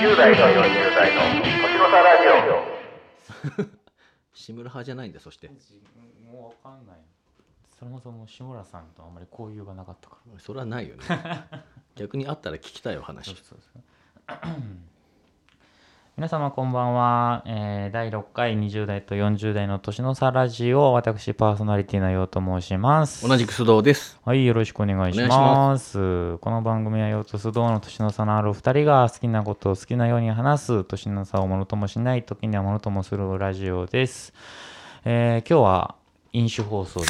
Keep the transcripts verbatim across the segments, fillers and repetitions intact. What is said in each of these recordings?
じゅう代とよんじゅう代の年の差ラジオ。 志村派じゃないんだ。そしてもう分かんない。そもそも志村さんとあんまり交流がなかったから。 それはないよね。逆にあったら聞きたいお話。 そうそうそう皆様こんばんは、えー、だいろっかいにじゅう代とよんじゅう代の年の差ラジオ、私パーソナリティのようと申します。 同じく須藤です。 はい、よろしくお願いします。ます。この番組はようと須藤の年の差のあるふたりが好きなことを好きなように話す、年の差をものともしない、時にはものともするラジオです。えー、今日は飲酒放送です。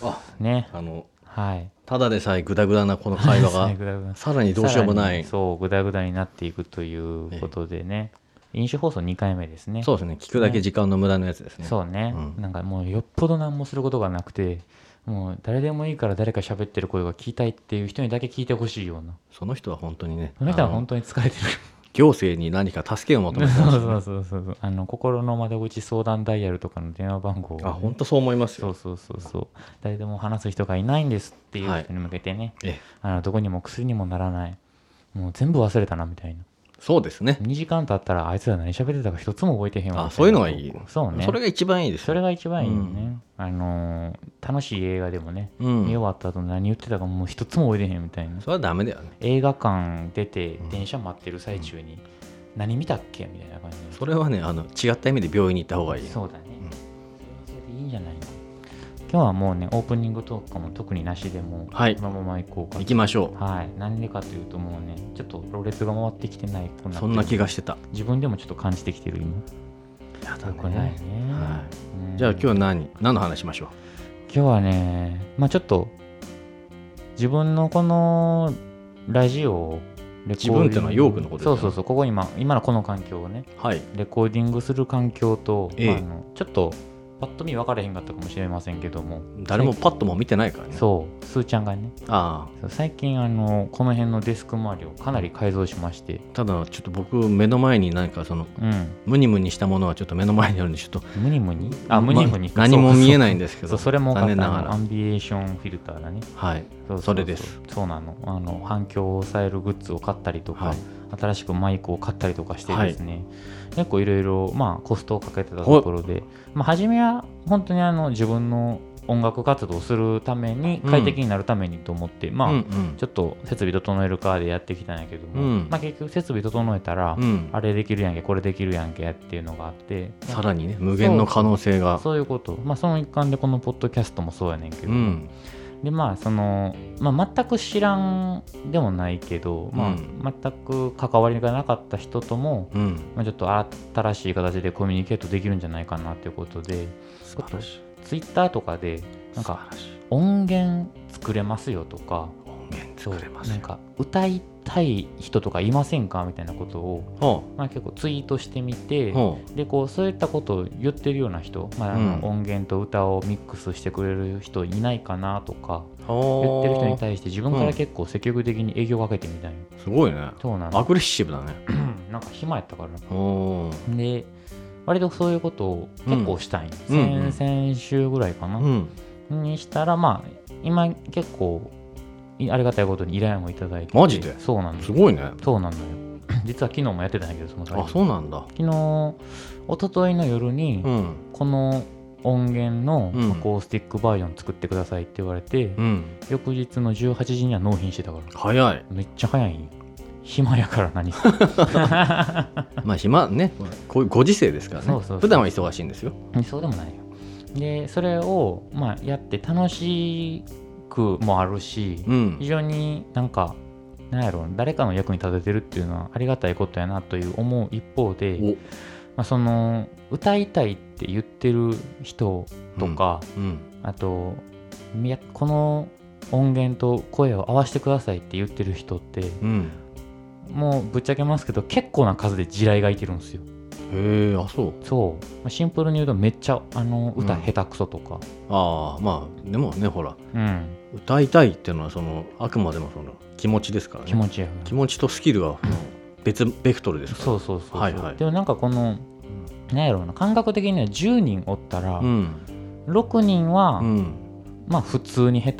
あ、 ね。 あの、 はい。 ただでさえグダグダなこの会話がさらにどうしようもない。 そうグダグダになっていくということでね。飲酒放送にかいめですね。 そうですね。聞くだけ時間の無駄のやつですね。 そうね、 うん、 なんかもうよっぽど何もすることがなくて、もう誰でもいいから誰か喋ってる声が聞きたいっていう人にだけ聞いてほしいような。 その人は本当にね。 その人は本当に疲れてる。 行政に何か助けを求めてます、ね。 そうそうそうそう。あの心の窓口相談ダイヤルとかの電話番号を、ね。 あ、本当そう思いますよ。 そうそうそうそう。誰でも話す人がいないんですっていう人に向けてね。 はい、 あのどこにも薬にもならない。もう全部忘れたなみたいな。 そうですね。 にじかん経ったらあいつら何喋ってたか一つも覚えてへんわ。 あ、そういうのがいい。 そうね。 それが一番いいです。 それが一番いいよね。うん、あのー、楽しい映画でもね、うん、見終わった後何言ってたかもう一つも覚えてへんみたいな。 それはダメだよね。 映画館出て電車待ってる最中に、うん、何見たっけみたいな感じで。 それはね、あの違った意味で病院に行った方がいい。 そうだね。うん、それでいいんじゃないの。今日はもうね、オープニングトークも特になしでも、 はい、 このまま行こうか。 行きましょう。はい。なんでかというともうね、ちょっとろれつが回ってきてないくなって。 そんな気がしてた。 自分でもちょっと感じてきてる今。 やだね。 よくないね。 はい。うん、じゃあ今日は何何の話しましょう。 今日はね、まあちょっと自分のこのラジオをレコーディング、 自分っていうのはヨークのことですよね。 そうそうそう。ここ今今のこの環境をね、 はい、 レコーディングする環境と、 ええ、 まあ、あのちょっとパッと見分かれへんかったかもしれませんけども、 誰もパッとも見てないからね。 そうスーちゃんがね、 ああ最近あのこの辺のデスク周りをかなり改造しまして、 ただちょっと僕目の前に何かその、うん、ムニムニしたものはちょっと目の前にあるんでちょっとムニムニあムニムニ、 ま、何も見えないんですけど、 そうそれも残念ながらアンビエーションフィルターだね。 はい、そうそうそう、それです。 そうなの、あの反響を抑えるグッズを買ったりとか、はい、新しくマイクを買ったりとかしてですね、はい、結構いろいろまあコストをかけてたところで、まあ、初めは本当にあの自分の音楽活動をするために快適になるためにと思って、うん、まあ、うんうん、ちょっと設備整えるかでやってきたんやけども、うん、まあ、結局設備整えたら、うん、あれできるやんけこれできるやんけっていうのがあって、 さらにね無限の可能性が、 そう、そういうこと、まあ、その一環でこのポッドキャストもそうやねんけど、うん、でまあその、まあ、全く知らんでもないけど、まあ、全く関わりがなかった人とも、うん、まあ、ちょっと新しい形でコミュニケートできるんじゃないかなということで、 素晴らしい。 ツイッターとかでなんか音源作れますよとか、 音源作れますよ、 なんか歌いたい人とかいませんかみたいなことを、まあ、結構ツイートしてみて、でこうそういったことを言ってるような人、まあ、あの音源と歌をミックスしてくれる人いないかなとか言ってる人に対して自分から結構積極的に営業かけてみたいな、 うん、すごいね。 そうなの。 アグレッシブだね。 なんか暇やったからで割とそういうことを結構したいんです、うん、先々週ぐらいかな、うん、にしたらまあ今結構ありがたいことに依頼もいただいて。 マジで？ そうなんです。 すごいね。 そうなんだよ。実は昨日もやってたんだけど、その際。 あ、そうなんだ。 昨日一昨日の夜に、うん、この音源のアコースティックバージョン作ってくださいって言われて、うん、翌日のじゅうはちじには納品してたから。 早い。 めっちゃ早いんよ。暇やから何まあ暇ね、こういうご時世ですからね。そうそうそう、普段は忙しいんですよ。 そうでもないよ。でそれをまあやって楽しくもあるし、うん、非常になんかなんやろ誰かの役に立ててるっていうのはありがたいことやなという思う一方で、まあ、その歌いたいって言ってる人とか、うんうん、あとこの音源と声を合わせてくださいって言ってる人って、うん、もうぶっちゃけますけど結構な数で地雷がいてるんですよ。 へえ、あ、そう。 そう。シンプルに言うとめっちゃあの歌下手くそとか。 うん、ああ、まあでもねほら、うん、歌いたいっていうのはそのあくまでもその気持ちですからね。 気持ちや。 気持ちとスキルは別ベクトルですから。 そうそうそうそう。 はいはい。 でもなんかこの、うん、なんやろうな、感覚的にはじゅうにんおったら、うん、ろくにんは、うん、まあ普通に下手。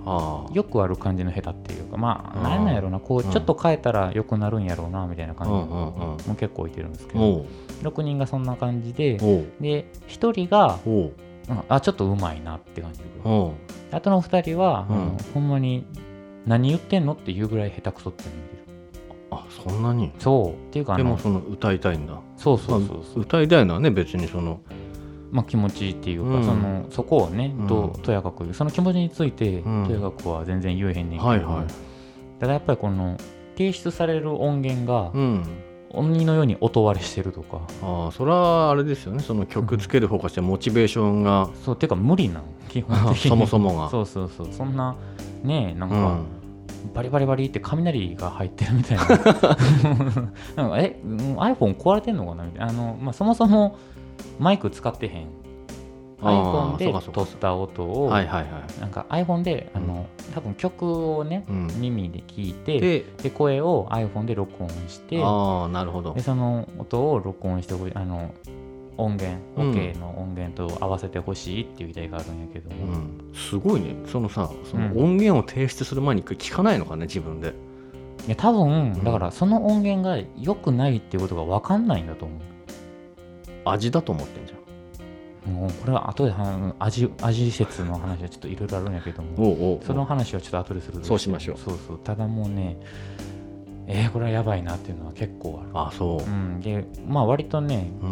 あよくある感じの下手っていうか、まあ何なんやろうな、こうちょっと変えたらよくなるんやろうなみたいな感じも結構置いてるんですけど、ろくにんがそんな感じで、でひとりがうんあちょっとうまいなって感じで、あとのふたりは、うん、あのほんまに何言ってんのっていうぐらい下手くそって見てる。 あそんなに。 そうっていうか、 でもその歌いたいんだ。 そうそうそうそう、 まあ、歌いたいのはね別にそのまあ、気持ちっていうか、うん、そのそこをね、うん、ととやかくその気持ちについて、うん、とやかくは全然言えへんねんけど、はいはい、ただやっぱりこの提出される音源が、うん、鬼のように音割れしてるとか。 ああそれはあれですよね、その曲つける方からしてモチベーションが、 うん、そうっていうか無理なの基本的にそもそもがそうそうそう、そんなねえなんか、うんバリバリバリって雷が入ってるみたいななんかえ iPhone 壊れてんのかなみたいな、あの、まあ、そもそもマイク使ってへん iPhone で撮った音を、はいはいはい、なんか iPhone で、うん、あの多分曲をね、うん、耳で聞いて で, で声を iPhone で録音して、 あなるほど、 でその音を録音してあの音源、うん、OK の音源と合わせてほしいっていう依頼があるんやけども、 うん、すごいね。そのさ、その音源を提出する前に一回聞かないのかね、自分で。 いや多分だからその音源が良くないっていうことが分かんないんだと思う。 味だと思ってんじゃん。 もうこれは後で味味説の話はちょっといろいろあるんやけども、おうおうおう、その話はちょっと後でする。 そうしましょう。 そうそう。ただもうね、えー、これはやばいなっていうのは結構ある。 あそう、 うん、でまあ割とね、うん、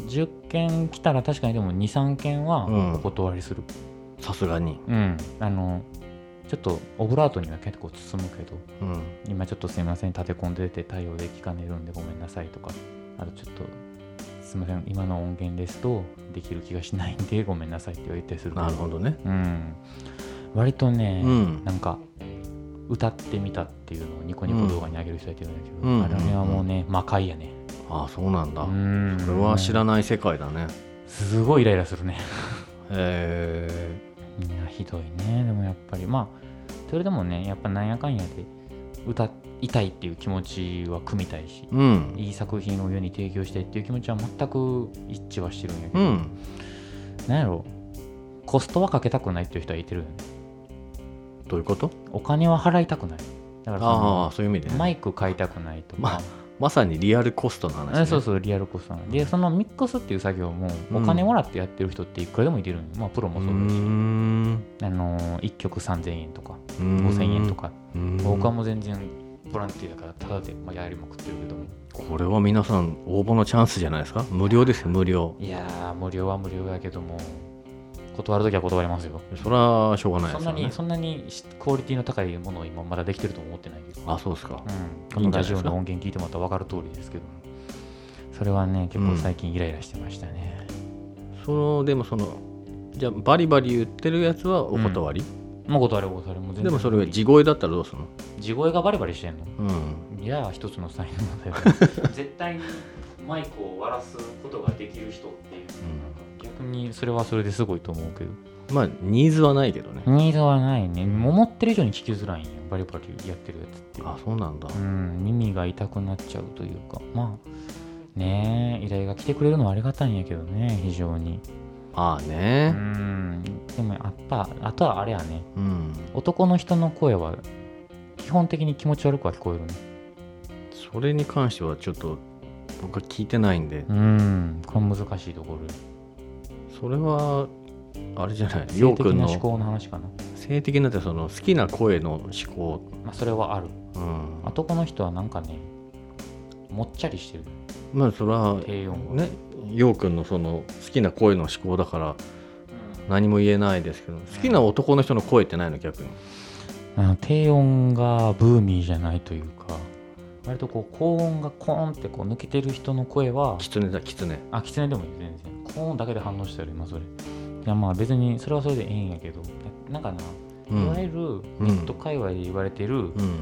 じゅっけん来たら確かにでも にさんけんはお断りする。 さすがに、 うん、あのちょっとオブラートには結構包むけど、うん、今ちょっとすいません立て込んでて対応できかねるんでごめんなさいとか、あとちょっとすいません今の音源ですとできる気がしないんでごめんなさいって言われたりする。 なるほどね、 うん、割とね、うん、なんか歌ってみたっていうのをニコニコ動画に上げる人いてるんだけど、うん、あれはもうね、うん、魔界やね。 ああそうなんだ。うん、それは知らない世界だね。 すごいイライラするね。 へえ。いやひどいね。でもやっぱりまあそれでもねやっぱなんやかんやで歌いたいっていう気持ちは組みたいし、うん、いい作品を世に提供したいっていう気持ちは全く一致はしてるんやけど、うん、なんやろコストはかけたくないっていう人はいてるよね。 どういうこと？ お金は払いたくない。だからそのあそういう意味で、ね、 マイク買いたくないとか、ま、 まさにリアルコストの話、ね、 そうそうリアルコストのでそのミックスっていう作業もお金もらってやってる人っていくらでもいてるん、まあプロもそうだし、うんあのいっきょくさんぜんえんとかごせんえんとか、僕はもう全然ボランティアだからタダでまあやりまくってるけども、 これは皆さん応募のチャンスじゃないですか。無料ですよ無料。 いやー無料は無料やけども断るときは断りますよ。 それはしょうがないですよね。 そんなにそんなにクオリティの高いものを今まだできてると思ってないけど。 あ、そうですか。 うん、このラジオの音源聞いてもらったら分かる通りですけど、それはね結構最近イライラしてましたね。 うん、そのでもそのじゃあバリバリ言ってるやつはお断り？ うん、もう断りお断りも全然。 でもそれは地声だったらどうするの？ 地声がバリバリしてんの？うん。いや一つの才能だよ。絶対にマイクを割らすことができる人っていう。うん逆にそれはそれですごいと思うけど、 まあニーズはないけどね。 ニーズはないね。思ってる以上に聞きづらいんよバリバリやってるやつって。 あそうなんだ。 うん耳が痛くなっちゃうというか、まあねえ依頼が来てくれるのはありがたいんやけどね非常に。 ああねうんでもやっぱあとはあれやね、うん、男の人の声は基本的に気持ち悪くは聞こえるね。 それに関してはちょっと僕は聞いてないんで、 うんこれ難しいところ。 それはあれじゃない、 性的な思考の話かな。 性的なってその好きな声の思考、 まあ、それはある、うん、男の人はなんかねもっちゃりしてる。 まあそれは低音ねようくんのその好きな声の思考だから何も言えないですけど、うん、好きな男の人の声ってないの逆に。 うん、低音がブーミーじゃないというか割とこう高音がコーンってこう抜けてる人の声はキツネだキツネ。 あキツネでもいい全然高音だけで反応したよ今それ。いやまあ別にそれはそれでええんやけどなんかな、うん、いわゆるネット界隈で言われてる、うん、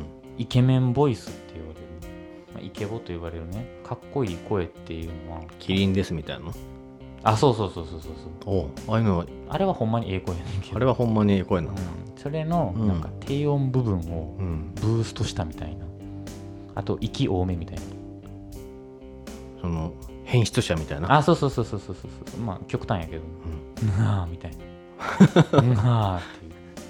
イケメンボイスって言われる、まあ、イケボと言われるねかっこいい声っていうのはキリンですみたいなの。 あそうそうそうそうそうそうおああいうのはあれはほんまにええ声やねんけど。 あれはほんまにええ声なの、うん、 それのなんか低音部分をブーストしたみたいな、あと息多めみたいなその変質者みたいな。 あそうそうそうそうそうそうまあ極端やけど、うん、なあみたいななあっていう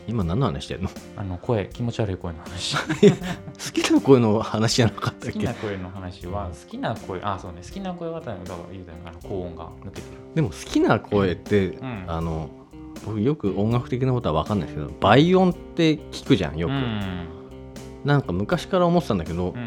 今何の話してんの？ あの声、気持ち悪い声の話好きな声の話じゃなかったっけ？ 好きな声の話は好きな声、あ、そうね、好きな声はだから言うたよ、あの高音が抜けてる。 でも好きな声って、うん、あの僕よく音楽的なことは分かんないですけど、倍音って聞くじゃんよく、うん、なんか昔から思ってたんだけど、うん、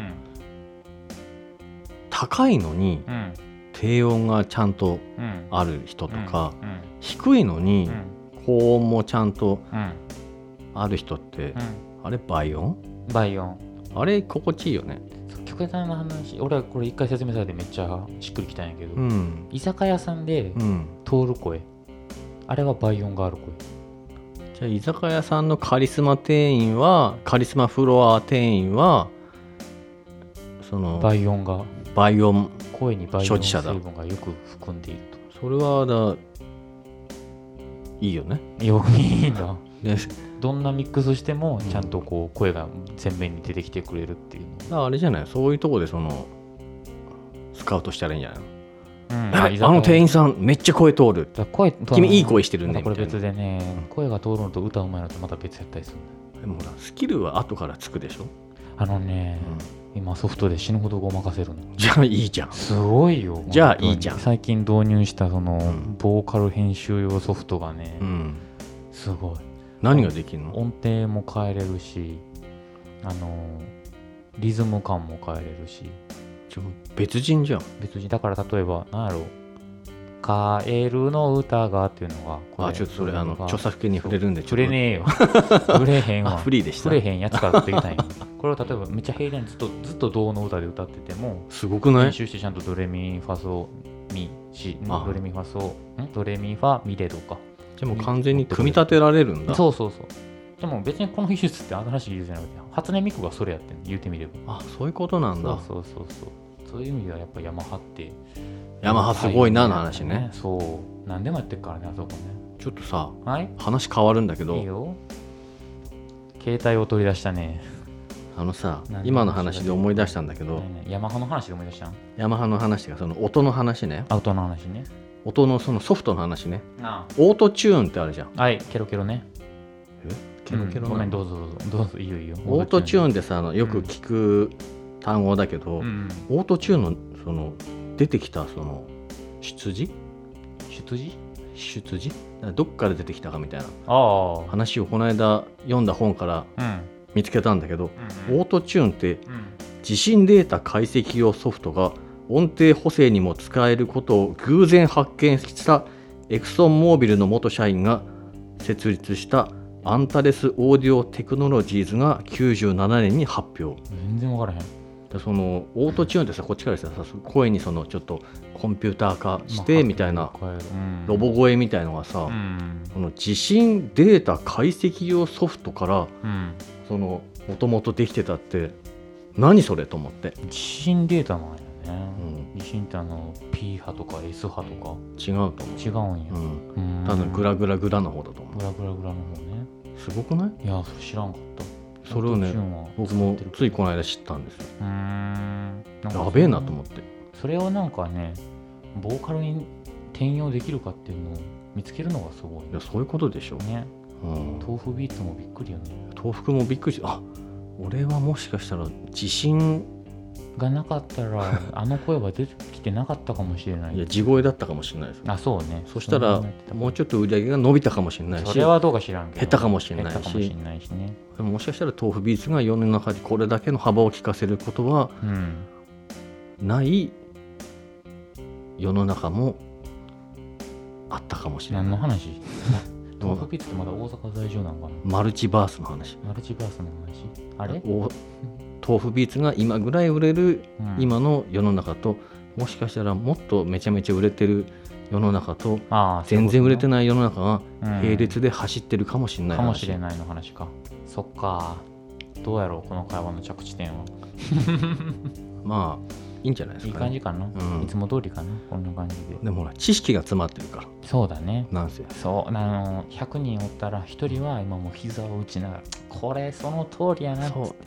高いのに、うん、低音がちゃんとある人とか、うんうん、低いのに高音もちゃんとある人って、うん、あれ倍音？ 倍音。 あれ心地いいよね。 極端な話、俺はこれ一回説明されてめっちゃしっくりきたんやけど、うん、居酒屋さんで通る声、うん、あれは倍音がある声。 じゃあ居酒屋さんのカリスマ店員はカリスマフロア店員はその倍音が倍音声に倍音成分がよく含んでいると。 それはだいいよね。 よいいな、ね、どんなミックスしてもちゃんとこう声が前面に出てきてくれるっていうの。 だからあれじゃない、そういうとこでそのスカウトしたらいいんじゃないの？うん、あ, あの店員さんめっちゃ声通る。声君いい声してるね。ま、 これ別でね、うん、声が通るのと歌うまいのとまた別やったりする。 でもほらスキルは後からつくでしょ。 あのね、うん、今ソフトで死ぬほどごまかせるの。 じゃあいいじゃん。 すごいよ。 じゃあいいじゃん。 最近導入したその、うん、ボーカル編集用ソフトがね、うん、すごい。 何ができるの？ 音程も変えれるし、あのリズム感も変えれるし。 別人じゃん。 別人だから、例えば何やろう、カエルの歌がっていうのがこれ、あ、ちょっとそれあの著作権に触れるんで触れねえよ触れへんわ。 フリーでした。 触れへんやつからできたんやこれを例えばめっちゃ平坦にずっとずっと同の歌で歌っててもすごくない？ 練習してちゃんとドレミファソミシドレミファソんドレミファミレドか。 じゃあもう完全に組み立てられるんだ。 そうそうそう。でも別にこの技術って新しい技術じゃなくて初音ミクがそれやってんの、言うてみれば。 あ、そういうことなんだ。 そうそうそうそう。そういう意味ではやっぱヤマハってヤマハすごいなの話ね。 そう何でもやってるからね、あそこね。 ちょっとさ、 はい、 話変わるんだけど、 いいよ。携帯を取り出したね。 あのさ、今の話で思い出したんだけど、 ヤマハの話で思い出したん？ ヤマハの話がその音の話ね。 音の話ね。 音のそのソフトの話ね。ああ、オートチューンってあるじゃん。 はい、ケロケロね。 えケロケロ、うん、 ごめん、どうぞどうぞどうぞ、いいよいいよ。 オートチューンってさ、あのよく聞く単語だけど、うん、オートチューンのその出てきたその出自出自出自どっから出てきたかみたいな話をこの間読んだ本から見つけたんだけど、うんうん、オートチューンって地震データ解析用ソフトが音程補正にも使えることを偶然発見したエクソンモービルの元社員が設立したアンタレスオーディオテクノロジーズがきゅうじゅうななねんに発表。 全然分からへん。 そのオートチューンってさ、こっちからしたらさ、声にそのちょっとコンピューター化してみたいなロボ声みたいのがさ、うん、この地震データ解析用ソフトから、うん、そのもともとできてたって何それと思って。 地震データなんやね、うん、地震ってあの P 波とか S 波とか違うと思う。 違うんや、 うん、多分グラグラグラの方だと思う。 グラグラグラの方ね。 すごくない？ いや、それ知らんかった。 それをね、僕もついこの間知ったんですよ。うーん、やべえなと思って。 それをなんかね、ボーカルに転用できるかっていうのを見つけるのがすごい。 いや、そういうことでしょうね。うん、豆腐ビーツもびっくりよね。 豆腐もびっくりして、あ、俺はもしかしたら地震がなかったらあの声は出てきてなかったかもしれない。 いや、地声だったかもしれないです。 あ、そうね。 そしたらもうちょっと売り上げが伸びたかもしれないし、 それはどうか知らんけど、 減ったかもしれないし、 減ったかもしれないしね。 でももしかしたら豆腐ビーツが世の中でこれだけの幅を利かせることはない世の中もあったかもしれない。 何の話？豆腐ビーツってまだ大阪在住なのかな？ マルチバースの話。 マルチバースの話。あれ？ 豆腐ビーツが今ぐらい売れる今の世の中と、うん、もしかしたらもっとめちゃめちゃ売れてる世の中と、全然売れてない世の中が並列で走ってるかもしれない話、 うん、かもしれないの話か。そっか、どうやろうこの会話の着地点はまあいいんじゃないですか、ね、 いい感じかな、うん、いつも通りかな、こんな感じで。 でもほら知識が詰まってるから。 そうだね。 なんせそう、あのひゃくにんおったらひとりは今もう膝を打ちながら、これその通りやなって。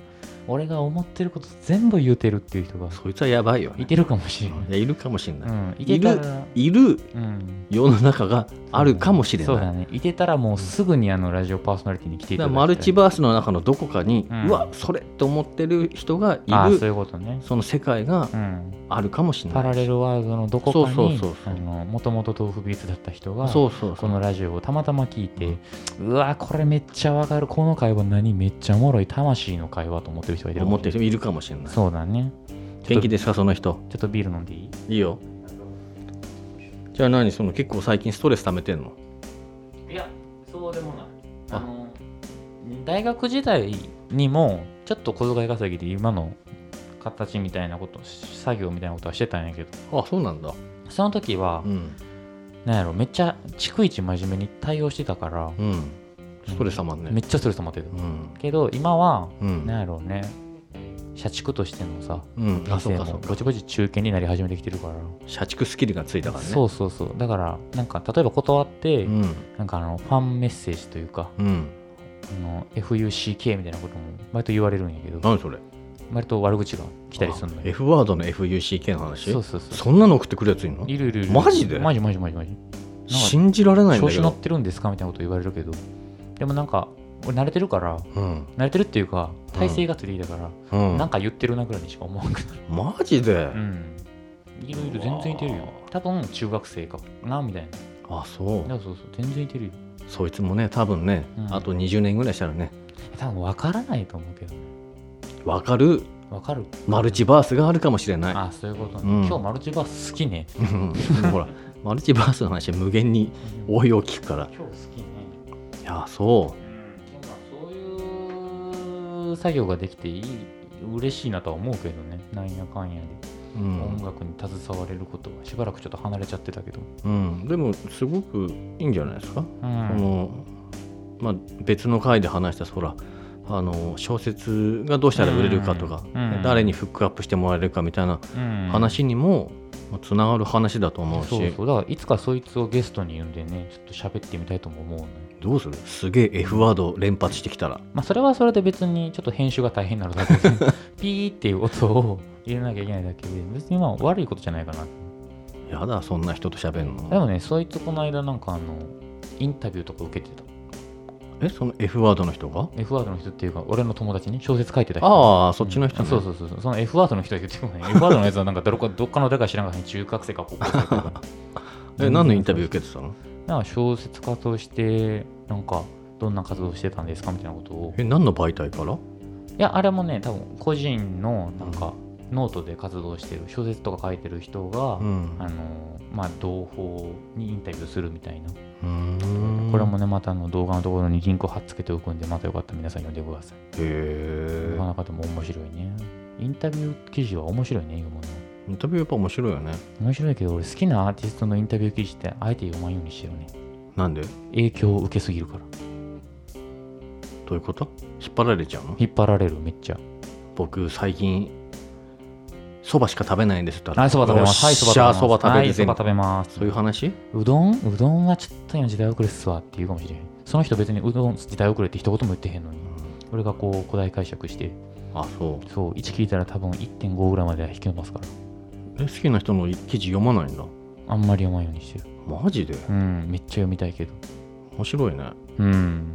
俺が思ってること全部言うてるっていう人がそいつはやばいよ、ね、 いてるかもしれない。 いやいるかもしれない、 うん、 いてたらいる、いる、うん、世の中があるかもしれない。 そうだね。いてたらもうすぐにあのラジオパーソナリティに来ていただきたい。 マルチバースの中のどこかに、うん、うわそれって思ってる人がいる。 あ、そういうことね。 その世界があるかもしれない、うん、 パラレルワールドのどこかにもともと豆腐ビーツだった人がそうそうそうこのラジオをたまたま聞いて、うん、うわこれめっちゃわかる、この会話何めっちゃおもろい、魂の会話と思ってる人がいる、 思ってる人いるかもしれない。 そうだね。 元気ですかその人。 ちょっとビール飲んでいい？ いいよ。じゃあ何その結構最近ストレス溜めてんの？ いやそうでもない。あの大学時代にもちょっと小遣い稼ぎで今の形みたいなこと作業みたいなことはしてたんやけど。 あ、そうなんだ。 その時は、うん、なんやろめっちゃ逐一真面目に対応してたから、うん、 ストレス溜まんね、 うん、めっちゃストレス溜まってる、うん、けど今は、うん、なんやろうね社畜としてのさ、うん、あそうかそうかぼちぼち中堅になり始めてきてるから社畜スキルがついたからね。 そうそうそう。だからなんか例えば断って、うん、なんかあのファンメッセージというか、うん、あの エフユーシーケー みたいなことも割と言われるんやけど。 何それ？ 割と悪口が来たりするのよ。 F ワードの エフユーシーケー の話？ そうそうそう。 そんなの送ってくるやついるの？ いるいるいる。 マジで？ マジマジマジマジ。 信じられないんだけど。 調子乗ってるんですかみたいなこと言われるけど、でもなんか俺慣れてるから、うん、慣れてるっていうか体勢がついていたから、うん、なんか言ってるなぐらいにしか思わなくなる。 マジで？うん。 いろいろ全然いてるよ。多分中学生かなみたいな。 あ、そう。 そうそうそう全然いてるよ。 そいつもね多分ね、うん、あとにじゅうねんぐらいしたらね。 多分分からないと思うけどね。 分かる。 わかる。 マルチバースがあるかもしれない。 あ、そういうことね、うん、今日マルチバース好きね。 ほらマルチバースの話は無限に応用聞くから。 今日好きね。 いやそう。 そういう作業ができていい嬉しいなとは思うけどね。なんやかんやで、うん、音楽に携われることはしばらくちょっと離れちゃってたけど、 うん、でもすごくいいんじゃないですか、うん、そのまあ、別の回で話したほらあの小説がどうしたら売れるかとか、うん、誰にフックアップしてもらえるかみたいな話にもつながる話だと思うし、 そうそうだからいつかそいつをゲストに呼んでねちょっと喋ってみたいとも思うね。 どうする？すげえ F ワード連発してきたら、 まあ、それはそれで別にちょっと編集が大変になるだけでピーっていう音を入れなきゃいけないだけで別にまあ悪いことじゃないかな。 やだそんな人と喋るの。 でもねそいつこの間なんかあのインタビューとか受けてた。 えその F ワードの人が F ワードの人っていうか俺の友達に小説書いてた人。 ああそっちの人、ねうん、そうそうそうその F ワードの人が言ってもね F ワードのやつはなんかどっかどっかの誰か知らんが中学生か高校生かえ何のインタビュー受けてたの？ なんか小説家としてなんかどんな活動してたんですかみたいなことを。 え何の媒体から？いやあれもね多分個人のなんかノートで活動してる小説とか書いてる人が、うん、あのまあ同胞にインタビューするみたいな。うーんこれもねまたあの動画のところにリンク貼っつけておくんでまたよかったら皆さん読んでください。へえ。なかなかでも面白いね。インタビュー記事は面白いね読むの。 インタビューやっぱ面白いよね。 面白いけど俺好きなアーティストのインタビュー記事ってあえて読まんようにしてるね。 なんで？ 影響を受けすぎるから。 どういうこと？引っ張られちゃうの？ 引っ張られるめっちゃ。 僕最近そばしか食べないんですって。 はい、そば食べます。はい、そば食べます。 そば食べる。はい、 そば食べます。 そういう話？ うどんうどんはちょっと今時代遅れっすわって言うかもしれへん。その人別にうどん時代遅れって一言も言ってへんのに、うん、俺がこう古代解釈して、 あ、そう。 そう、いち聞いたら多分 いってんご ぐらいまで引き伸ばすから。 え、好きな人の記事読まないんだ？ あんまり読まんようにしてる。 マジで？ うん、めっちゃ読みたいけど。 面白いね。 うん。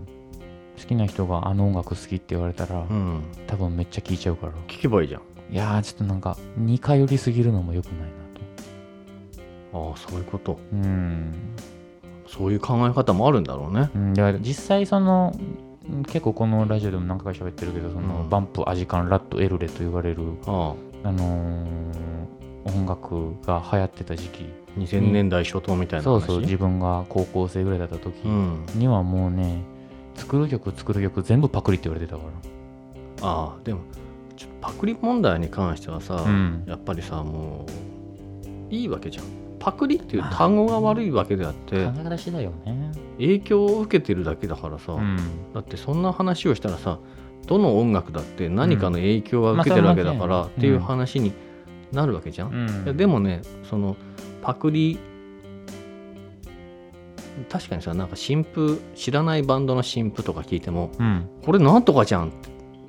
好きな人があの音楽好きって言われたら、うん、多分めっちゃ聞いちゃうから。 聞けばいいじゃん。 いやーちょっとなんか似通りすぎるのも良くないなと。ああそういうこと。 うん。 そういう考え方もあるんだろうね。 うん。いや実際その結構このラジオでも何回か喋ってるけどその、うん、バンプアジカンラットエルレと言われるあ、あのー、音楽が流行ってた時期。 にせんねんだい初頭みたいな話。 そうそう自分が高校生ぐらいだった時にはもうね、うん、作る曲作る曲全部パクリって言われてたから。 ああでもパクリ問題に関してはさ、うん、やっぱりさもういいわけじゃん。パクリっていう単語が悪いわけであって考え方次第よね。 影響を受けてるだけだからさ、うん、だってそんな話をしたらさどの音楽だって何かの影響は受けてるわけだから、うん、っていう話になるわけじゃん、うん、でもねそのパクリ確かにさなんか新譜知らないバンドの新譜とか聞いても、うん、これなんとかじゃんって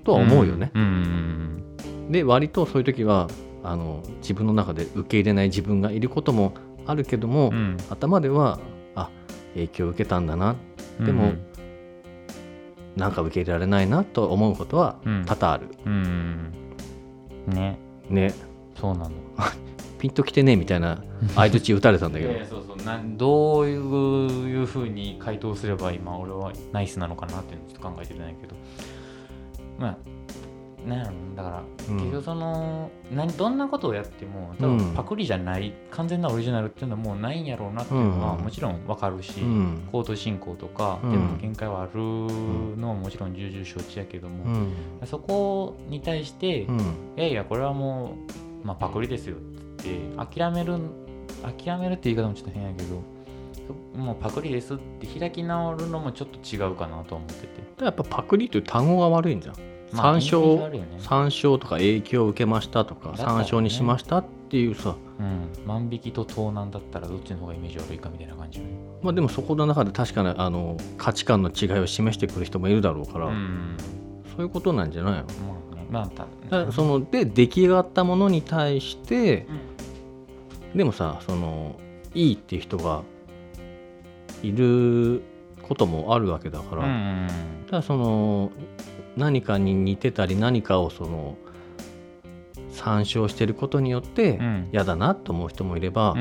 とは思うよね、 うんうんうん、で割とそういう時はあの自分の中で受け入れない自分がいることもあるけども、うん、頭ではあ影響を受けたんだな、でも、うん、なんか受け入れられないなと思うことは多々ある、 うんうん、ねねそうなのピンときてねみたいな相槌打たれたんだけどいやいやそうそうなんどういうふうに回答すれば今俺はナイスなのかなっていうのをちょっと考えてないけど、まあなんやろだから、うん、結局その何どんなことをやっても多分パクリじゃない、うん、完全なオリジナルっていうのはもうないんやろうなっていうのはもちろん分かるし、うん、コード進行とかでも限界はあるのはもちろん重々承知やけども、うん、そこに対して、うん、いやいやこれはもう、まあ、パクリですよって諦める諦めるって言い方もちょっと変やけどもうパクリですって開き直るのもちょっと違うかなと思ってて、 やっぱパクリという単語が悪いんじゃん。参照、ね、参照とか影響を受けましたとか、ね、参照にしましたっていうさ、 うん、万引きと盗難だったらどっちの方がイメージ悪いかみたいな感じ、 まあ、でもそこの中で確かにあの価値観の違いを示してくる人もいるだろうから、うん、そういうことなんじゃないの、まあねまあ、ただそので出来上がったものに対して、うん、でもさそのいいっていう人がいることもあるわけだから、うん、ただその何かに似てたり何かをその参照していることによって嫌だなと思う人もいれば、うん、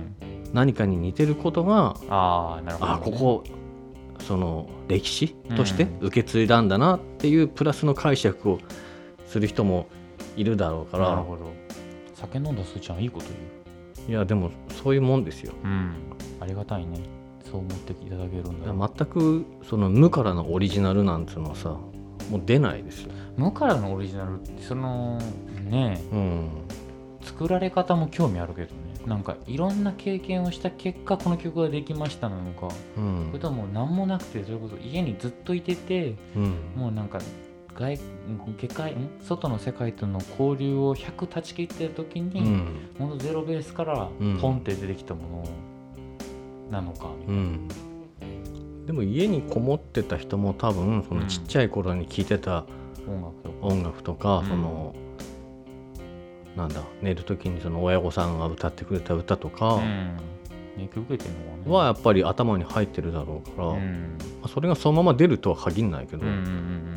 何かに似てることがあ、なるほどね、あここその歴史として受け継いだんだなっていうプラスの解釈をする人もいるだろうから、 なるほど。酒飲んだすーちゃんいいこと言う。いやでもそういうもんですよ、 うん、ありがたいねそう思っていただけるんだ。 全くその無からのオリジナルなんていうのはさもう出ないですよ。 無からのオリジナルってそのね、うん、作られ方も興味あるけどね、なんかいろんな経験をした結果この曲ができましたなのか、うん、それとも何もなくてそれこそ家にずっといてて、うん、もうなんか外界ん外の世界との交流をひゃく断ち切ってる時に、うん、ほんとゼロベースからポンって出てきたものなのかみたいな、うんでも家にこもってた人も多分そのちっちゃい頃に聴いてた音楽とか、うん、そのなんだ寝る時にその親御さんが歌ってくれた歌とか、うん、 影響受けてるのはねはやっぱり頭に入ってるだろうから、うん、それがそのまま出るとは限らないけど、うんうんうん、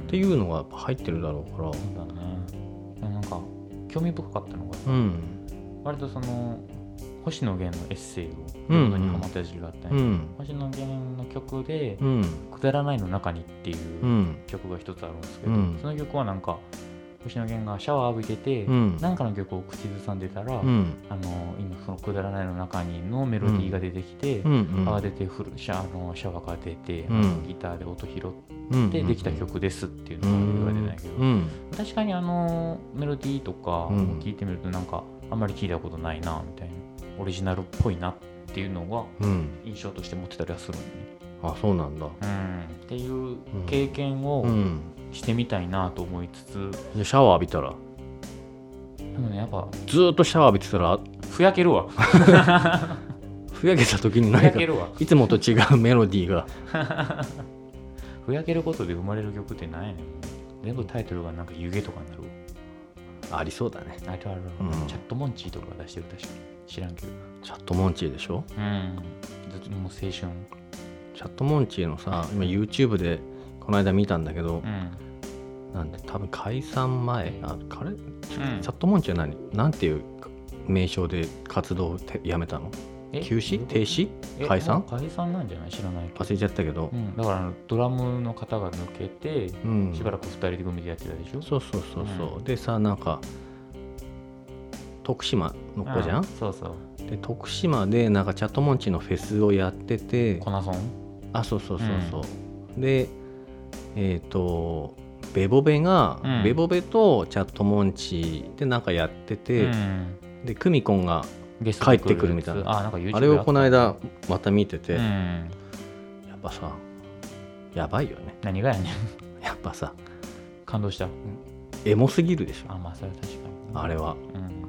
っていうのがやっぱ入ってるだろうから。 そうだね。なんか興味深かったのが、うん、割とその星野源のエッセイを読むのにハマった時期があったんやけど、うん、星野源の曲で、うん、くだらないの中にっていう曲が一つあるんですけど、うん、その曲はなんか星野源がシャワー浴びてて、うん、なんかの曲を口ずさんでたら、うん、あの今そのくだらないの中にのメロディーが出てきて、うん、泡出てフルシャあのシャワーが出て、うん、ギターで音拾ってできた曲ですっていうのが言われてないけど、うん、確かにあのメロディーとかを聞いてみるとなんかあんまり聞いたことないなみたいな、オリジナルっぽいなっていうのが印象として持ってたりはするんで、ね、 うん、あそうなんだ、うん、 っていう経験をしてみたいなと思いつつ、 うん、シャワー浴びたらでもねやっぱずっとシャワー浴びてたらふやけるわふやけた時に何かいつもと違うメロディーがふやけることで生まれる曲って何やねん。全部タイトルがなんか湯気とかになる。 ありそうだね。 あるある、うん、チャットモンチーとか出してる。確かに知らんけど。 チャットモンチーでしょ。うんずっともう青春。チャットモンチーのさ今 YouTube でこの間見たんだけど、うん、なんで多分解散前あ彼、うん、チャットモンチーは何なんていう名称で活動をやめたの？休止停止解散解散なんじゃない？知らないけど忘れちゃったけど、 うん、だからドラムの方が抜けて、うん、しばらくふたりで組でやってたでしょ。 そうそうそうそう、うん、でさなんか徳島の子じゃん。 そうそうで徳島でなんかチャットモンチーのフェスをやっててコナソンあそうそうそうそう、うん、でえっ、ー、とベボベが、うん、ベボベとチャットモンチーでなんかやってて、うん、でクミコンが帰ってくるみたいな あ, なんか あれをこの間また見てて、うん、やっぱさやばいよね。 何がやねんやっぱさ感動した、 エモすぎるでしょ。 あまあそれは確かにあれは、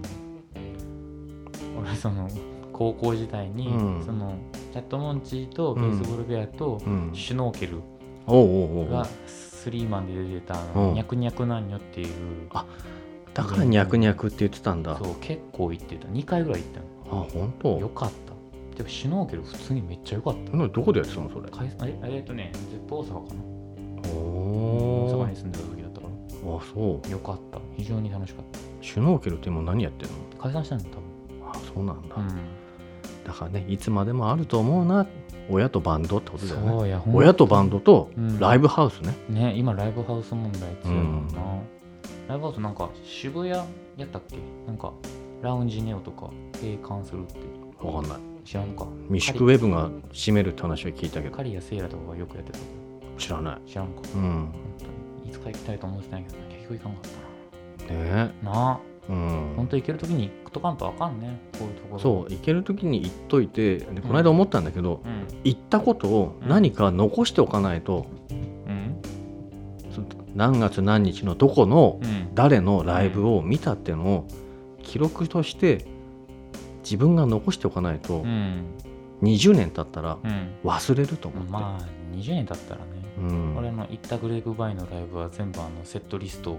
うん、俺その高校時代に、うん、そのチャットモンチーとベースボールベアとシュノーケルがスリーマンで出てたうんニャクニャクなんよっていう、 あだからニャクニャクって言ってたんだ。 そう結構行ってた、にかいぐらい行ったの。 あ本当。 よかった。でもシュノーケル普通にめっちゃ良かった。 どこでやってたのそれ。 かいあれえっとねゼップ大阪かな。 おお大阪に住んでた時だったから。 あそうよかった。非常に楽しかった。 シュノーケルって今何やってるの。 解散したんだ多分。 あそうなんだ、 うん、 だからねいつまでもあると思うな、親とバンドってことだよね。 そうや親とバンドとうんライブハウスね、 ね今ライブハウス問題強いもんな、 うんライブハウスなんか渋谷やったっけ、なんかラウンジネオとか閉館するってわかんない。 知らんか。 ミシュクウェブが閉めるって話は聞いたけどカリやセイラとかがよくやってた。 知らない。 知らんか。 うん本当にいつか行きたいと思ってたんやけど結局行かんかったねな。なあうん本当行けるときに行くとかんとあかんね、こういうところ。 そう行ける時に行っといて、でこの間思ったんだけど、 うん行ったことを何か残しておかないと、 うんその何月何日のどこのうん誰のライブを見たっていうのを記録として自分が残しておかないと、 うんにじゅうねん経ったらうん忘れると思って、 まあにじゅうねん経ったらね、 うん俺の行ったグレープバイのライブは全部あのセットリストを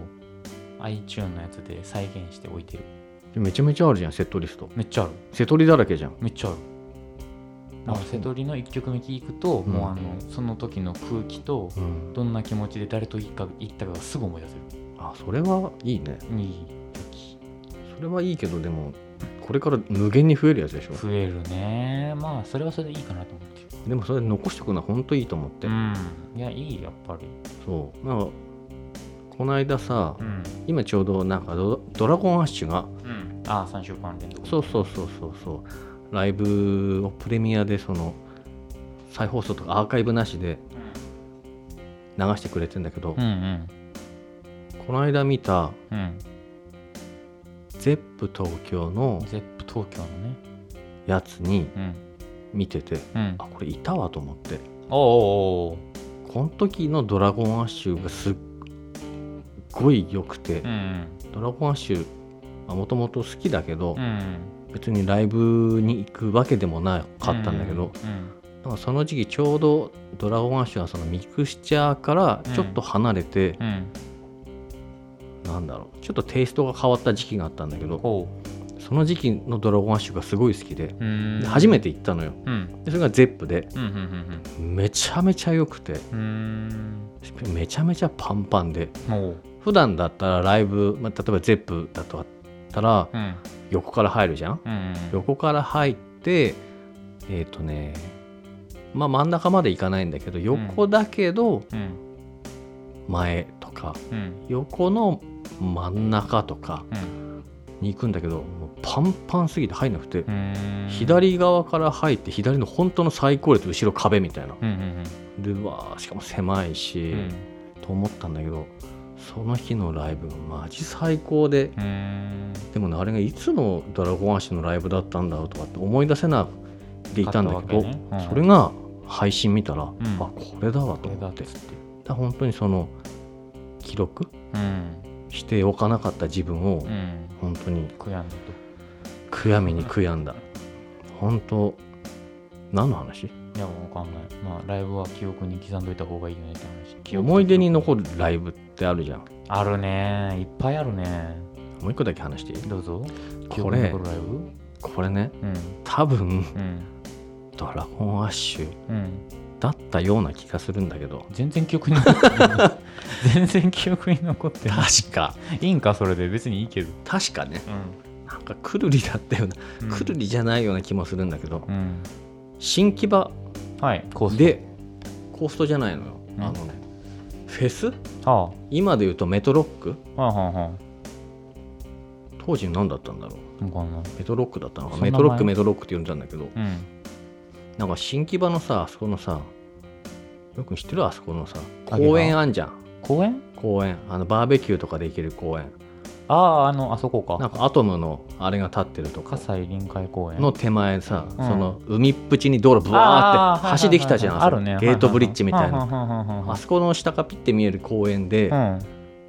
iTunes のやつで再現しておいてる。 めちゃめちゃあるじゃんセットリスト。 めっちゃある。 セトリだらけじゃん。 めっちゃある。だからセトリのいっきょくめ聞くと、 うんもうあのその時の空気とうん、 どんな気持ちで誰と行ったか行ったかがすぐ思い出せあそれはいいね。 る。いい時。 それはいいけどでもこれから無限に増えるやつでしょ。 増えるね。まあそれはそれでいいかなと思ってる。 でもそれ残しておくのは本当いいと思って、 うん。いやいいやっぱり。 そうなんかこの間さ、 うん。 今ちょうどなんかドドラゴンアッシュがうん。ああさんしゅうかん連続。 そうそうそうそうそうライブをプレミアでその再放送とかアーカイブなしで流してくれてんだけど、 うんうんこの間見たうん。 ゼップ東京のゼップ東京のね。 やつにうん。 見てて、 うんあ。これいたわと思って、 おうおうおう。 この時のドラゴンアッシュがすっごい良くて、 うんうん。 ドラゴンアッシュもともと好きだけど、 うん別にライブに行くわけでもなかったんだけど、なんかその時期ちょうどドラゴンアッシュはそのミクスチャーからちょっと離れて、 うんうんなんだろうちょっとテイストが変わった時期があったんだけど、 ほその時期のドラゴンアッシュがすごい好きで、 ううんで初めて行ったのよ。 うんでそれがゼップでうんうんめちゃめちゃ良くて、 うんうんめちゃめちゃパンパンで、 もう普段だったらライブ、まあ、例えばゼップだとあったらうん横から入るじゃん。 うん横から入ってえっ、とねまあ真ん中まで行かないんだけど横だけどうん前とかうん横の真ん中とかうんに行くんだけどもうパンパンすぎて入んなくて、 うん左側から入って左の本当の最高列後ろ壁みたいなうんうんでうわーしかも狭いし、 うんと思ったんだけどその日のライブマジ最高で、 うんでもねあれがいつのドラゴンアッシュのライブだったんだろうとかって思い出せなくていたんだけど、 買ったわけねうんそれが配信見たら、 んあこれだわと思って、 これだっつってだから本当にその記録うんしておかなかった自分をうん本当に悔やんだ悔やみに悔やんだ。本当何の話？ と。いやわかんない。まあライブは記憶に刻んどいた方がいいよねって話。記憶思い出に残るライブってあるじゃん。 あるね。いっぱいあるね。 もう一個だけ話していい？ どうぞ。記これ憶に残るライブ？ これねうん多分うんドラゴンアッシュうんだったような気がするんだけど、 全然記憶に残ってない全然記憶に残ってない。 確かいいんかそれで別にいいけど。 確かねうんなんかくるりだったような、 うんくるりじゃないような気もするんだけど、 うん新木場はいコースでコーストじゃないのよ、 うんあのねフェスは今で言うとメトロックあはあはあは当時何だったんだろうあわかんない。 メトロックだったのかそんな前メトロックメトロックって呼んだんだけど、 うんなんか新木場のさあそこのさよく知ってるあそこのさあげは公園あんじゃん。 公園？ 公園あのバーベキューとかで行ける公園あああのあそこか。 なんかアトムのあれが立ってるとこ葛西臨海公園の手前さ、 うんその海っぷちに道路ブあーワーって橋できたじゃん、 はいはいはいはいあるね。 ゲートブリッジみたいな、 ははははははあそこの下がピッて見える公園で、 うんメ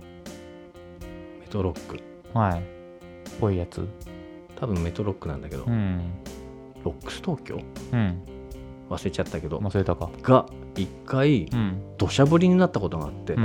トロックはいぽいやつ。 多分メトロックなんだけど、 うんロックス東京うん忘れちゃったけど忘れたかが一回土砂降りになったことがあって、 うん、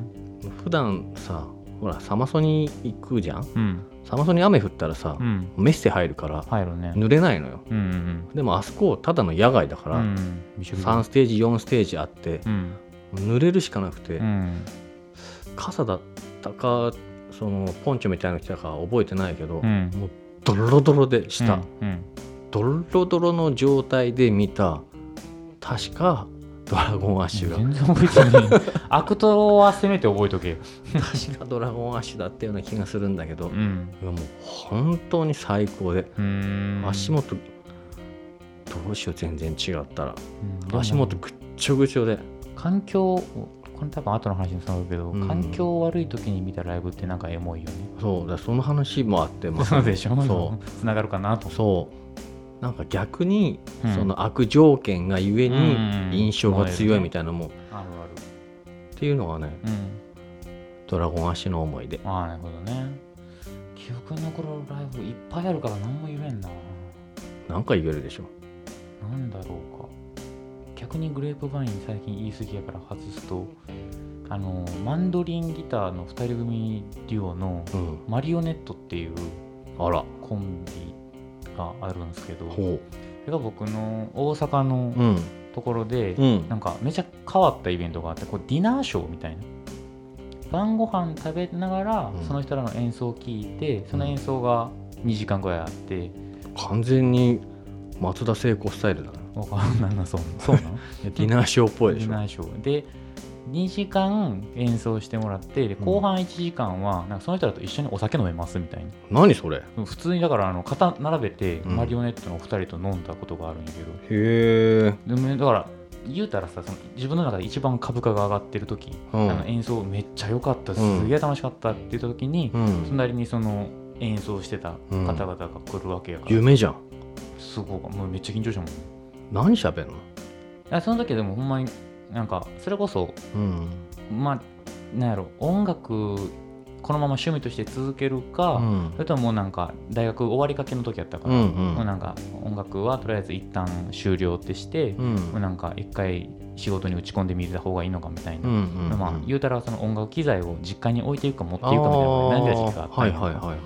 普段さほらサマソニ行くじゃん、 うん、 サマソニ雨降ったらさ、うん、メッセ入るから入る、ね、 濡れないのよ、 うんうんうん、 でもあそこただの野外だから、うん、さんステージよんステージあって、うん、濡れるしかなくて、うん、傘だったかそのポンチョみたいなの着たか覚えてないけど、うん、もうドロドロでした、うんうん、ドロドロの状態で見た確かドラゴンアッシュが全然覚えてないアクトはせめて覚えとけ確かドラゴンアッシュだったような気がするんだけど、うん、もう本当に最高でうーん足元どうしよう全然違ったら、うん、足元ぐっちょぐちょで環境これ多分後の話につながるけど、うん、環境悪い時に見たライブってなんかエモいよね。 そうだその話もあって、まあ、 そうでしょそうつながるかなと。 そうなんか逆に、うん、その悪条件がゆえに印象が強いみたいなのも、うん、あるあるっていうのがね、うん、ドラゴン足の思い出。 ああなるほどね。記憶に残るライブいっぱいあるから何も言えんな。 なんか言えるでしょ。 なんだろうか。逆にグレープバイン最近言い過ぎやから外すとあのマンドリンギターのふたり組デュオのマリオネットっていうコンビがあるんですけど、それが僕の大阪のところで、うん、なんかめちゃ変わったイベントがあって、こうディナーショーみたいな晩ご飯食べながらその人らの演奏を聞いて、うん、その演奏がにじかんぐらいあって、 完全に松田聖子スタイルだな。 わかんないな、そうそうなのディナーショーっぽいでしょ。 ディナーショーでにじかん演奏してもらって、で後半いちじかんはなんかその人らと一緒にお酒飲めますみたいな。 何それ。 普通にだからあの肩並べてマリオネットのお二人と飲んだことがあるんやけど、うん、 へえ。 でもだから言うたらさ、その自分の中で一番株価が上がってる時、うん、あの演奏めっちゃ良かった、すげえ楽しかったって言った時に、うん、隣にその演奏してた方々が来るわけやから、 うん、夢じゃん。 すごい、もうめっちゃ緊張したもんね。 何喋んの。 あその時でもほんまになんかそれこそ、うん、まあなんやろ、音楽このまま趣味として続けるか、うん、それとももうなんか大学終わりかけの時やったから、うんうん、もうなんか音楽はとりあえず一旦終了ってして、うん、もうなんか一回仕事に打ち込んでみた方がいいのかみたいな、うんうんうん、まあ言うたらその音楽機材を実家に置いていくか持っていくかみたいなのが悩んだ時期があったんや、はいはいはいはい、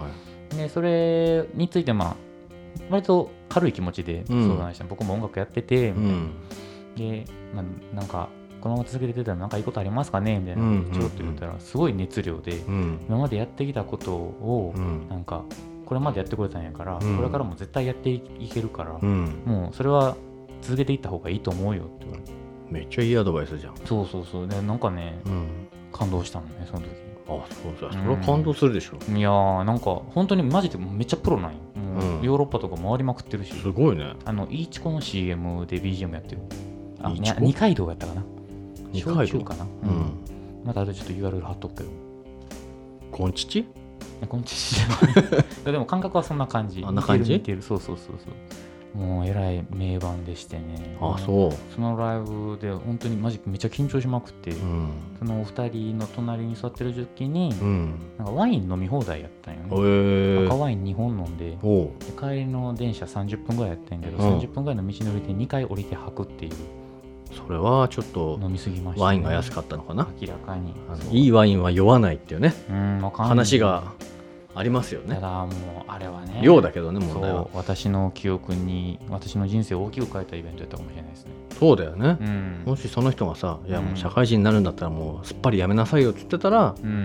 でそれについてまあ割と軽い気持ちで相談した、うん、僕も音楽やってて、うん、で、まあ、なんかこのまま続けてたらなんかいいことありますかねみたいな、うんうんうん、ちょっと言ったらすごい熱量で、うん、今までやってきたことを、うん、なんかこれまでやってくれたんやから、うん、これからも絶対やっていけるから、うん、もうそれは続けていった方がいいと思うよって言われて。 めっちゃいいアドバイスじゃん。 そうそうそう。でなんかね、うん、感動したのねその時。 あ、そうだ、それは感動するでしょ、 うん、いやーなんか本当にマジでめっちゃプロなんよ。もうヨーロッパとか回りまくってるし、 すごいね。 あのイーチコの シーエム で ビージーエム やってる。あ、二階堂やったかな。 二階堂かな、うん、またあとちょっと ユーアールエル 貼っとくけど。 コンチチ？ コンチチじゃないでも感覚はそんな感じ。 あんな感じ？ 似てる、そうそうそうそう。もうえらい名盤でしてね。 あ、そう。 そのライブで本当にマジめっちゃ緊張しまくって、うん、そのお二人の隣に座ってる時に、うん、なんかワイン飲み放題やったんよね、えー、赤ワインにほん飲ん で, で帰りの電車さんじゅっぷんぐらいやったんやけど、うん、さんじゅっぷんぐらいの道のりでにかい降りて吐くっていう。 それはちょっと飲みすぎました、ね、ワインが安かったのかな。 明らかにあのいいワインは酔わないっていうね、うん、話がありますよね。 ただもうあれはね、 量だけどね問題は。 そう、私の記憶に私の人生を大きく変えたイベントやったかもしれないですね。 そうだよね、うん、もしその人がさ、いやもう社会人になるんだったらもうすっぱりやめなさいよって言ってたら、うん、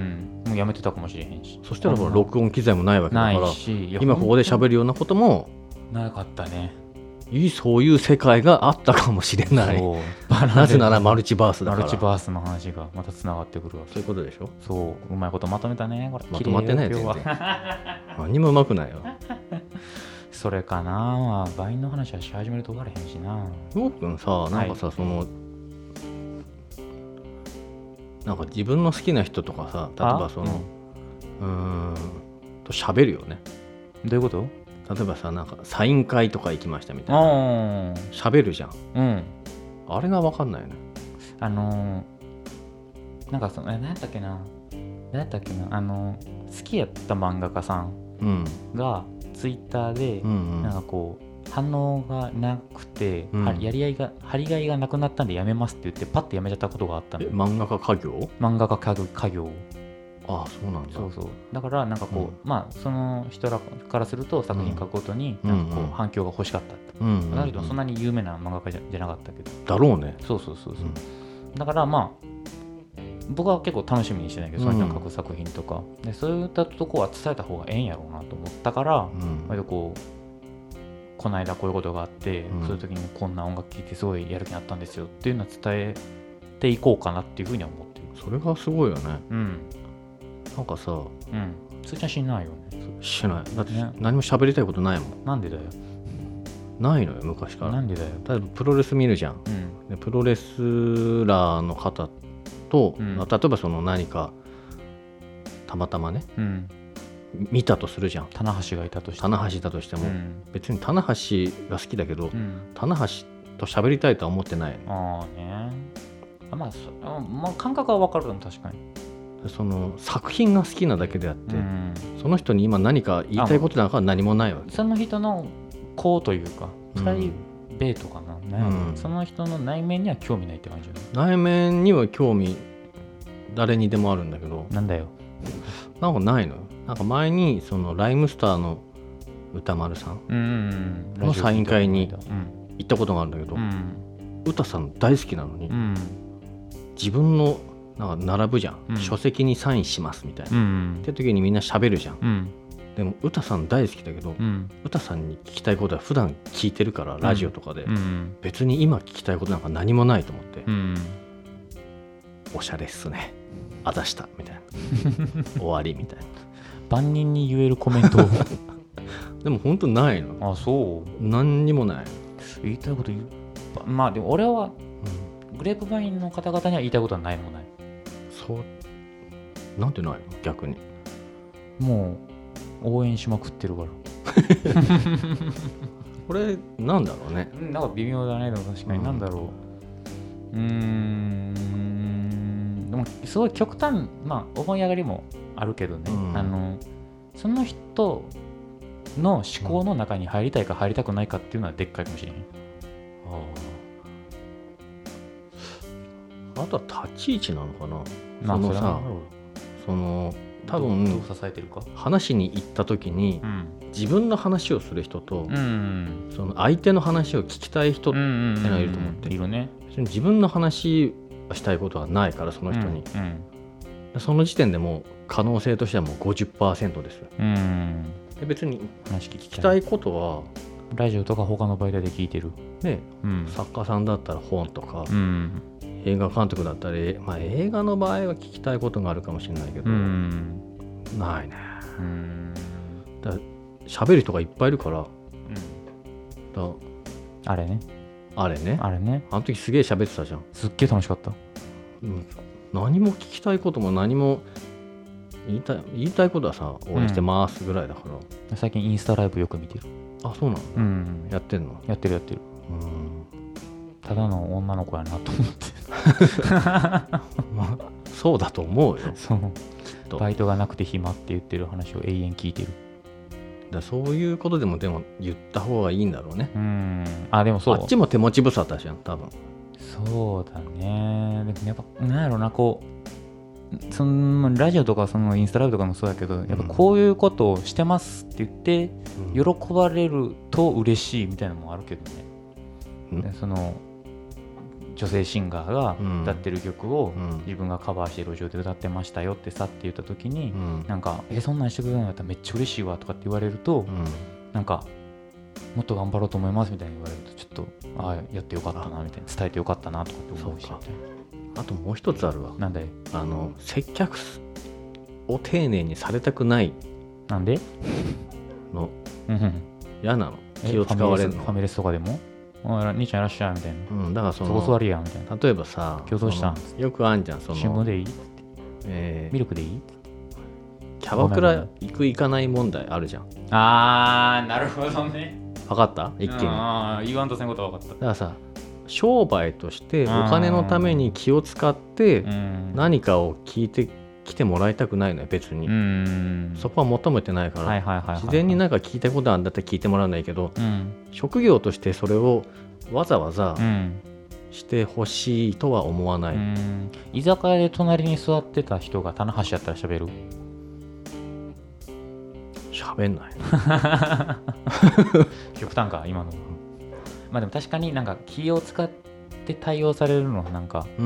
もうやめてたかもしれへんし、 そしたら録音機材もないわけだから、 ないし、 今ここで喋るようなこともなかったね。 いい、そういう世界があったかもしれない。なぜならマルチバースだから。 マルチバースの話がまたつながってくるわけ。 そういうことでしょ。 そう、うまいことまとめたねこれ。 まとまってないよ全然何もうまくないよそれかな、バインの話はし始めると終われへんしな。 ようくんさ、なんかさ、はい、そのなんか自分の好きな人とかさ、例えばそのうーんと喋るよね。 どういうこと？ 例えばさ、なんかサイン会とか行きましたみたいな喋るじゃん、うん、あれが分かんないよね。 あのー、なんかその何やったっけな何やったっけなあのー、好きやった漫画家さんがツイッターでなんかこう反応がなくて、うん、やり合いが張りがいがなくなったんでやめますって言ってパッとやめちゃったことがあったの。 漫画家家業漫画家家業ああそうなんだ。 そうそうだからなんかこう、うん、まあその人らからすると作品書くことになんかこう反響が欲しかったって、うんうん、だけどそんなに有名な漫画家じ ゃ, じゃなかったけどだろうね。 そうそうそうそう、うん、だからまあ僕は結構楽しみにしてないけど、その人の書く作品とか、でそういったとこは伝えた方がええんやろうなと思ったから、うん、割とこうこの間こういうことがあって、うん、そういう時にこんな音楽聴いてすごいやる気になったんですよっていうのは伝えていこうかなっていうふうには思ってる。 それがすごいよね。うんなんかさ、 うん、つーちゃんしないよね。 しない。だって何も喋りたいことないもん。 なんでだよ。 ないのよ昔から。 なんでだよ。 例えばプロレス見るじゃん。うん、でプロレスラーの方と、うん、例えばその何かたまたまね、うん、見たとするじゃん。 棚橋がいたとしても。棚橋いたとしても、うん、別に棚橋が好きだけど、うん、棚橋と喋りたいとは思ってない。 ああね。あまあ、あまあ感覚は分かるの確かに。 その作品が好きなだけであって、うん、その人に今何か言いたいことなんかは何もないわけ。 その人のこうというかプライベートかな、うん、その人の内面には興味ないって感じよね。 内面には興味誰にでもあるんだけどなんだよなんかないのよ。なんか前にそのライムスターの歌丸さんのサイン会に行ったことがあるんだけど、うん、歌さん大好きなのに、うん、自分のなんか並ぶじゃん、うん、書籍にサインしますみたいな、うん、って時にみんな喋るじゃん、うん、でも歌さん大好きだけど、うん、歌さんに聞きたいことは普段聞いてるからラジオとかで、うん、別に今聞きたいことなんか何もないと思って、うん、おしゃれっすねあざしたみたいな終わりみたいな万人に言えるコメントでも本当ないの。 あそう何にもない。 言いたいこと言うまあでも俺は、うん、グレープバインの方々には言いたいことはないのもない。 そうなんでないの逆に。 もう応援しまくってるからこれなんだろうね。 なんか微妙だね。でも確かになんだろう、うん、うーんでもすごい極端まあ思い上がりもあるけどね、うん、あのその人の思考の中に入りたいか入りたくないかっていうのはでっかいかもしれない。 あとは立ち位置なのかな。 まあ、 そのさその多分どう支えてるか話に行った時に、うん、自分の話をする人と、うん、その相手の話を聞きたい人っていうのがいると思って、 いるね。 自分の話をしたいことはないからその人に、うんうん、その時点でもう可能性としてはもう ごじゅっパーセント ですよ、うん、で別に話聞きたいことはラジオとか他の媒体で聞いてる、 ねうん、作家さんだったら本とか、うん映画監督だったり、まあ、映画の場合は聞きたいことがあるかもしれないけど、うん、ないね。うん、だ喋る人がいっぱいいるから、うん、だあれねあれねあれねあの時すげえ喋ってたじゃん。 すっげえ楽しかった、 うん、何も聞きたいことも何も言いたい言いたいことはさ応援してますぐらいだから、 うん、最近インスタライブよく見てる。 あそうなの、うん、やってんの。 やってるやってる、うんただの女の子やなと思ってまあ、そうだと思うよ。 そうバイトがなくて暇って言ってる話を永遠聞いてる。 だそういうことでもでも言った方がいいんだろうね。 うんあでもそうあっちも手持ち無沙汰じゃん多分。 そうだね。でもやっぱなんやろなこうそのラジオとかそのインスタライブとかもそうだけどやっぱこういうことをしてますって言って喜ばれると嬉しいみたいなのもあるけどね、うん、でその女性シンガーが歌ってる曲を自分がカバーしている路上で歌ってましたよってさって言った時に、うん、なんかえそんなんしてくれるんだったらめっちゃ嬉しいわとかって言われると、うん、なんかもっと頑張ろうと思いますみたいに言われるとちょっとああやってよかったなみたいな伝えてよかったなとかって思うし。 あともう一つあるわ。 なんであの接客を丁寧にされたくないなんでの嫌なの。気を使われるの。 ファミレスとかでもおい兄ちゃんいらっしゃいみたいな、 うん、だからそのそこ座りやみたいな。 例えばさ今日どうしたんよくあんじゃんその新聞でいい、 えー、 ミルクでいいキャバクラ行く行かない問題あるじゃん。 あーなるほどね。 分かった一気に。 ああ言わんとせんことは分かった。 だからさ商売としてお金のために気を使って何かを聞いてき来てもらいたくないのよ別に。 うんそこは求めてないから、 はいはいはいはいはい、 自然になんか聞いたことあるんだったら聞いてもらうんだけど、 うん、 職業としてそれをわざわざうんしてほしいとは思わない。 うん、居酒屋で隣に座ってた人が棚橋やったら喋る？ 喋んない極端か今の。まあでも確かになんか気を使って対応されるのはなんか、 うん、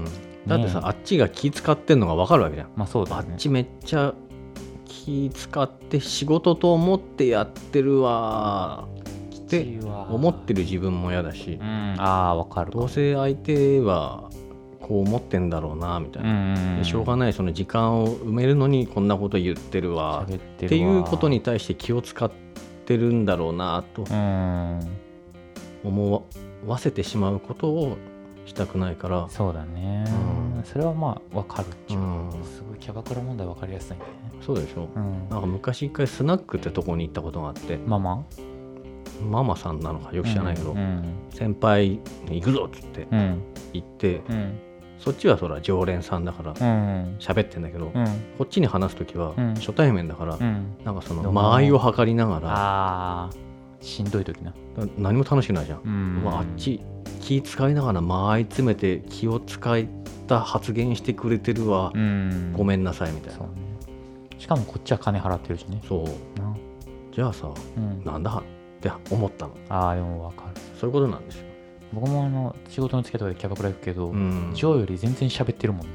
だってさ、ね、あっちが気使ってんのが分かるわけじゃん。 まあそうだね、 あっちめっちゃ気使って仕事と思ってやってるわって思ってる自分も嫌だし、 うん、ああ分かる。 どうせ相手はこう思ってんだろうなみたいな、うんうん、しょうがないその時間を埋めるのにこんなこと言ってるわっていうことに対して気を使ってるんだろうなと思わせてしまうことをしたくないから。 そうだね、うん、それはまあ分かるっちゅう、うん、すごいキャバクラ問題分かりやすいね。 そうでしょ、うん、なんか昔一回スナックってとこに行ったことがあって、 ママママさんなのかよく知らないけど、 うんうん、 先輩に行くぞっつって行って、うん、そっちはそら常連さんだから喋ってんだけど、うん、こっちに話すときは初対面だから、うん、なんかその間合いを測りながら、 あしんどい時な何も楽しくないじゃん、うん、あっち気使いながら間合い詰めて気を使った発言してくれてるわ、うん、ごめんなさいみたいな。そうね、 しかもこっちは金払ってるしね。 そうじゃあさ、うん、なんだって思ったの。 ああでも分かる。 そういうことなんですよ。 僕もあの仕事の付き合いとかでキャバクラ行くけど、うん、ジョーより全然喋ってるもんね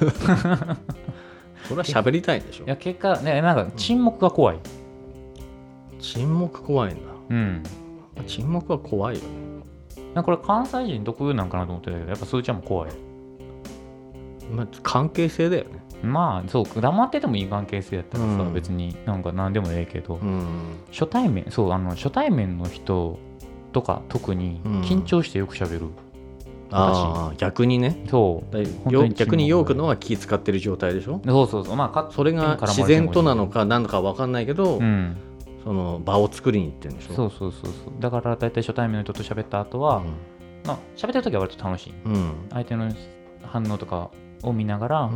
それは喋りたいんでしょ。 いや結果ね、なんか沈黙が怖い、 うん、沈黙怖いんだ。うん沈黙は怖いよね。 なんかこれ関西人特有なんかなと思ってたけど、やっぱスーちゃんも怖い。 まあ、関係性だよね。 まあそう黙っててもいい関係性やったらさ、うん、別になんか何でもええけど、うん、初対面そうあの初対面の人とか特に緊張してよく喋る、うん、 ああ逆にね。そう逆にヨークのは気使ってる状態でしょ。 そうそうそう、まあそれが自然となのか何のか分かんないけど、うん、その場を作りに行ってるんでしょ。 そうそうそうそう。だから大体初対面の人と喋った後は、うん、まあ喋ってる時は割と楽しい、うん、相手の反応とかを見ながら、うんうん、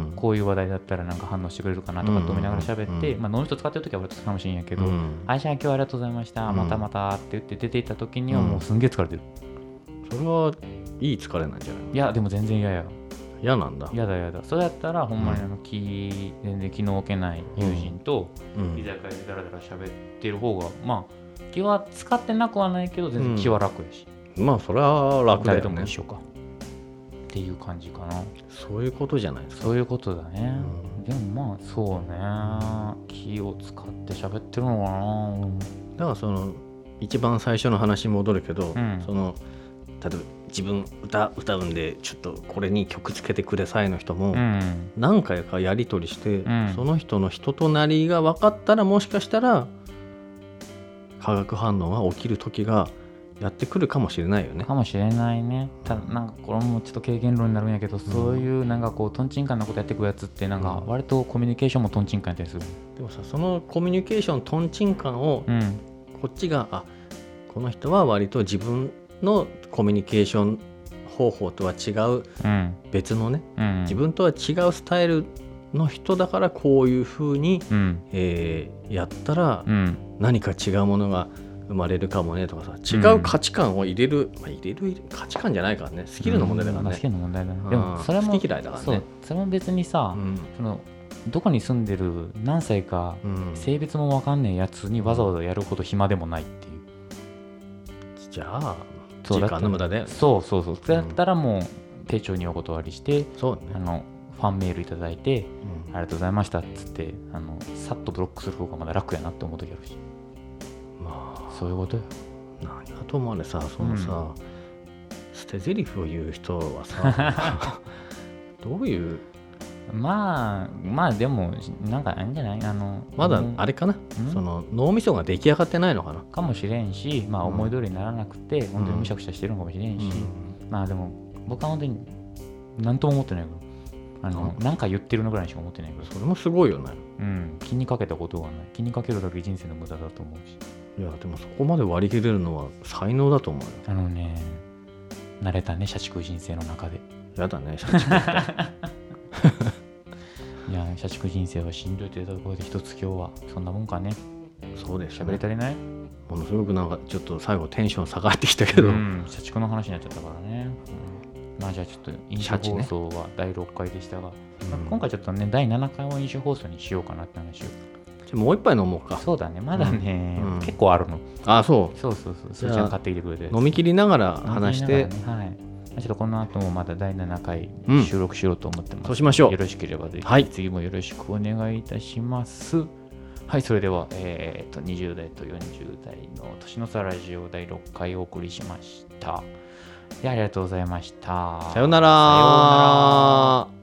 こういう話題だったらなんか反応してくれるかなとかと見ながら喋って、うんうんまあ、脳みそ使ってる時は割と楽しいんやけど、うん、あじゃあ今日はありがとうございました、うん、またまたって言って出ていった時にはもうすんげえ疲れてる、 うん、それはいい疲れなんじゃないの。 いやでも全然嫌や。 嫌なんだ。 嫌だ嫌だ。それやったらほんまにあの気、うん、全然気の置けない友人と居酒屋でダラダラ喋ってる方が、うん、まあ気は使ってなくはないけど全然気は楽やし、 うん、まあそれは楽だよね。誰とも一緒かっていう感じかな。 そういうことじゃないですか。 そういうことだね、うん、でもまあそうね気を使って喋ってるのかな。 だからその一番最初の話に戻るけど、うん、その例えば自分 歌, 歌うんでちょっとこれに曲つけてくださいの人も何回かやり取りして、うん、その人の人となりが分かったらもしかしたら化学反応が起きる時がやってくるかもしれないよね。 かもしれないね。ただなんかこれもちょっと経験論になるんやけど、うん、そういうなんかこうトンチンカンなことやってくるやつってなんか割とコミュニケーションもトンチンカンやったりする、 うん、でもさそのコミュニケーショントンチンカンをこっちが、うん、あこの人は割と自分のコミュニケーション方法とは違う、うん、別のね、うん、自分とは違うスタイルの人だからこういうふうに、うんえー、やったら何か違うものが生まれるかもねとかさ違う価値観を入れる、うんまあ、入れる価値観じゃないからねスキルの問題だからね、うんまあ、スキルの問題だね。でもそれも好き嫌いだからね。そうそれも別にさ、うん、そのどこに住んでる何歳か、うん、性別も分かんねえやつにわざわざやるほど暇でもないっていう。 じゃあ時間の無駄だよね。 そうそうそう。だったらもう丁重にお断りして、 そうね、 あのファンメールいただいて、うん、ありがとうございましたっつってあのさっとブロックする方がまだ楽やなって思う時あるし。まあそういうことよ。 何やと思うねさそのさ、うん、捨て台詞を言う人はさどういうまあまあでもなんかあるんじゃないあのまだあれかな、うん、その脳みそが出来上がってないのかなかもしれんし、まあ思い通りにならなくて、うん、本当にむしゃくしゃしてるのかもしれんし、うん、まあでも僕は本当に何とも思ってないからあの、うん、なんか言ってるのぐらいにしか思ってないからそれもすごいよね。 うん気にかけたことがない。気にかけるだけ人生の無駄だと思うし。 いやでもそこまで割り切れるのは才能だと思うよ。 あのね慣れたね社畜人生の中で。 やだね社畜っていや社畜人生はしんどいというところで一つ今日はそんなもんかね。 そうですね。 喋り足りない？ ものすごくなんかちょっと最後テンション下がってきたけど、うん、 社畜の話になっちゃったからね、うん、まあじゃあちょっと飲酒放送はだいろっかいでしたが、ね、まあ、今回ちょっとねだいななかいを飲酒放送にしようかなって話を。 じゃもう一杯飲もうか。 そうだね、まだね、うん、結構あるの。 あ、そうそうそうそう、それちゃん買ってきてくれて飲み切りながら話して、ね、 はい、ちょっとこの後もまただいななかい収録しようと思ってます、うん、 そうしましょう。 よろしければぜひ、 はい、 次もよろしくお願いいたします。はい、それでは、えー、とにじゅう代とよんじゅう代の年の差ラジオだいろっかいお送りしました。ありがとうございました。 さようなら。 さようなら。